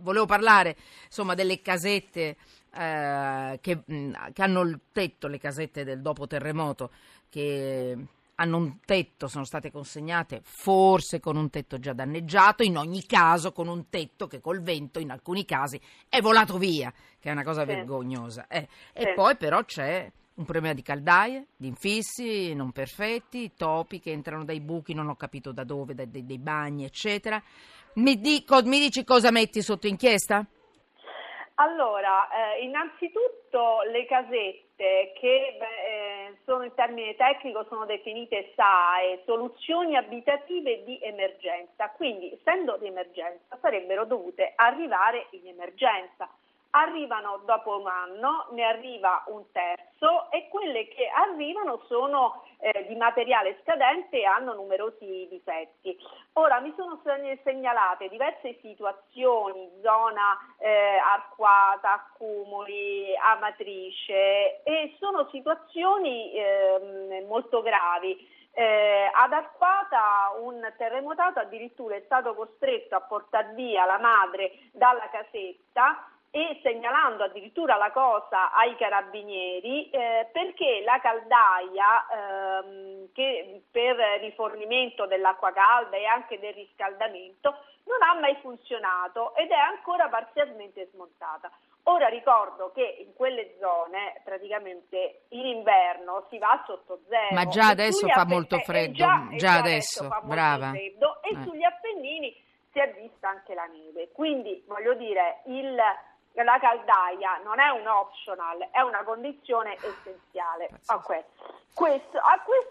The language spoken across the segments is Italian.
Volevo parlare, insomma, delle casette che hanno il tetto, le casette del dopo terremoto, che hanno un tetto, sono state consegnate forse con un tetto già danneggiato, in ogni caso con un tetto che col vento in alcuni casi è volato via, che è una cosa vergognosa. E poi però c'è un problema di caldaie, di infissi non perfetti, topi che entrano dai buchi, non ho capito da dove, dei bagni, eccetera. Mi dici cosa metti sotto inchiesta? Allora, innanzitutto le casette che sono in termine tecnico sono definite SAE, soluzioni abitative di emergenza, quindi essendo di emergenza sarebbero dovute arrivare in emergenza. Arrivano dopo un anno, ne arriva un terzo e quelle che arrivano sono di materiale scadente e hanno numerosi difetti. Ora mi sono segnalate diverse situazioni, zona arcuata, accumuli, Amatrice, e sono situazioni molto gravi. Ad Arquata un terremotato addirittura è stato costretto a portare via la madre dalla casetta e segnalando addirittura la cosa ai carabinieri perché la caldaia che per rifornimento dell'acqua calda e anche del riscaldamento non ha mai funzionato ed è ancora parzialmente smontata. Ora ricordo che in quelle zone praticamente in inverno si va sotto zero. Ma già adesso fa molto freddo, già adesso fa brava. molto freddo e sugli Appennini si è vista anche la neve. Quindi voglio dire, la caldaia non è un optional, è una condizione essenziale. A questo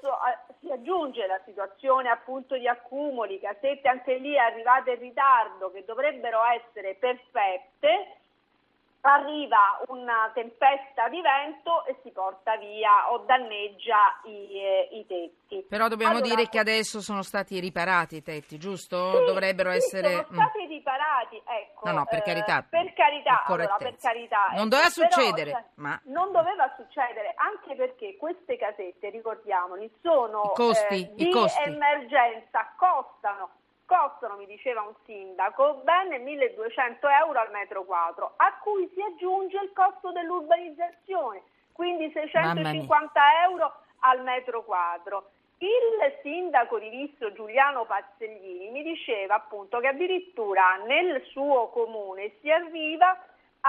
si aggiunge la situazione appunto di accumuli, casette anche lì arrivate in ritardo che dovrebbero essere perfette. Arriva una tempesta di vento e si porta via o danneggia i tetti. Però dobbiamo dire che adesso sono stati riparati i tetti, giusto? Sì, dovrebbero essere sono stati riparati, ecco. No, per carità. Per carità. Non doveva succedere, però, ma non doveva succedere, anche perché queste casette, ricordiamoli, sono i costi. Emergenza, costano, mi diceva un sindaco, ben 1.200 euro al metro quadro, a cui si aggiunge il costo dell'urbanizzazione, quindi 650 euro al metro quadro. Il sindaco di Visso, Giuliano Pazzeglini, mi diceva appunto che addirittura nel suo comune si arriva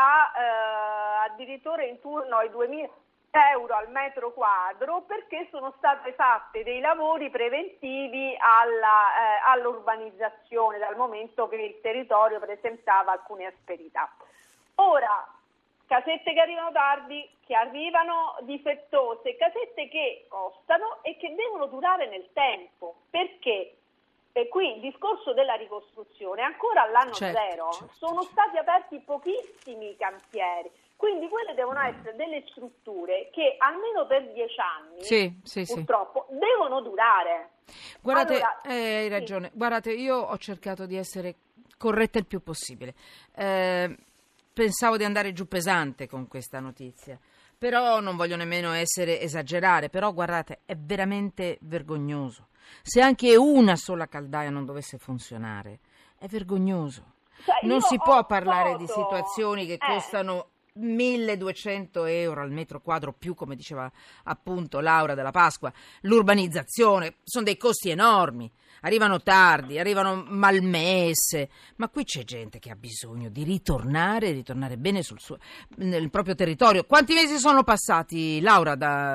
a addirittura intorno ai 2.000 euro al metro quadro perché sono state fatte dei lavori preventivi all'urbanizzazione dal momento che il territorio presentava alcune asperità. Ora, casette che arrivano tardi, che arrivano difettose, casette che costano e che devono durare nel tempo, perché qui il discorso della ricostruzione è ancora all'anno zero, sono stati aperti pochissimi cantieri. Quindi quelle devono essere delle strutture che almeno per 10 anni, purtroppo, devono durare. Guardate, allora, hai ragione. Guardate, io ho cercato di essere corretta il più possibile. Pensavo di andare giù pesante con questa notizia, però non voglio nemmeno esagerare, però guardate, è veramente vergognoso. Se anche una sola caldaia non dovesse funzionare, è vergognoso. Non si può parlare di situazioni che costano 1.200 euro al metro quadro, più, come diceva appunto Laura Della Pasqua, l'urbanizzazione, sono dei costi enormi, arrivano tardi, arrivano malmesse, ma qui c'è gente che ha bisogno di ritornare bene nel proprio territorio. Quanti mesi sono passati, Laura,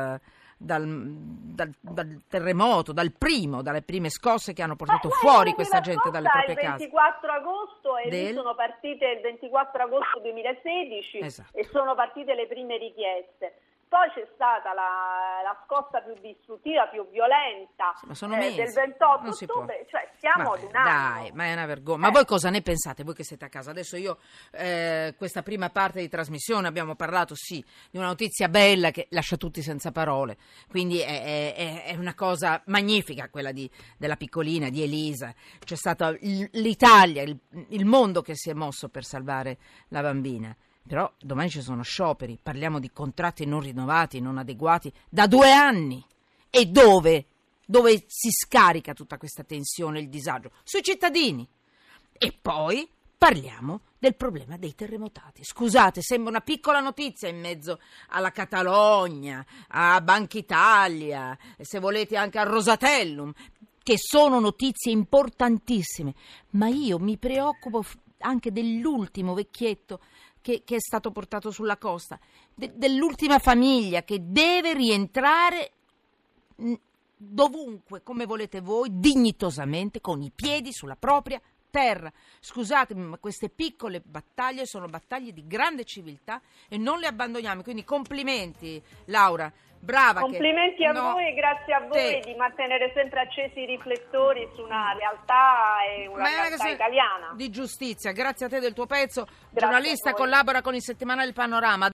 dal terremoto, dalle prime scosse che hanno portato fuori questa gente dalle proprie case? Il 24 agosto e sono partite il 24 agosto 2016 e sono partite le prime richieste. Poi c'è stata la scossa più distruttiva, più violenta del 28 ottobre, cioè siamo ad un anno. Dai, ma è una vergogna. Ma voi cosa ne pensate, voi che siete a casa? Adesso io, questa prima parte di trasmissione abbiamo parlato, di una notizia bella che lascia tutti senza parole, quindi è una cosa magnifica quella della piccolina, di Elisa. C'è stata l'Italia, il mondo che si è mosso per salvare la bambina. Però domani ci sono scioperi, parliamo di contratti non rinnovati, non adeguati, da 2 anni. E dove si scarica tutta questa tensione, il disagio? Sui cittadini. E poi parliamo del problema dei terremotati. Scusate, sembra una piccola notizia in mezzo alla Catalogna, a Banca Italia, e se volete anche al Rosatellum, che sono notizie importantissime, ma io mi preoccupo anche dell'ultimo vecchietto che è stato portato sulla costa, dell'ultima famiglia che deve rientrare dovunque, come volete voi, dignitosamente, con i piedi sulla propria terra. Scusatemi, ma queste piccole battaglie sono battaglie di grande civiltà e non le abbandoniamo. Quindi complimenti, Laura. Brava. Complimenti a voi e grazie a voi di mantenere sempre accesi i riflettori su una realtà e una realtà italiana. Di giustizia, grazie a te del tuo pezzo. Grazie. Giornalista, collabora con il settimanale Panorama.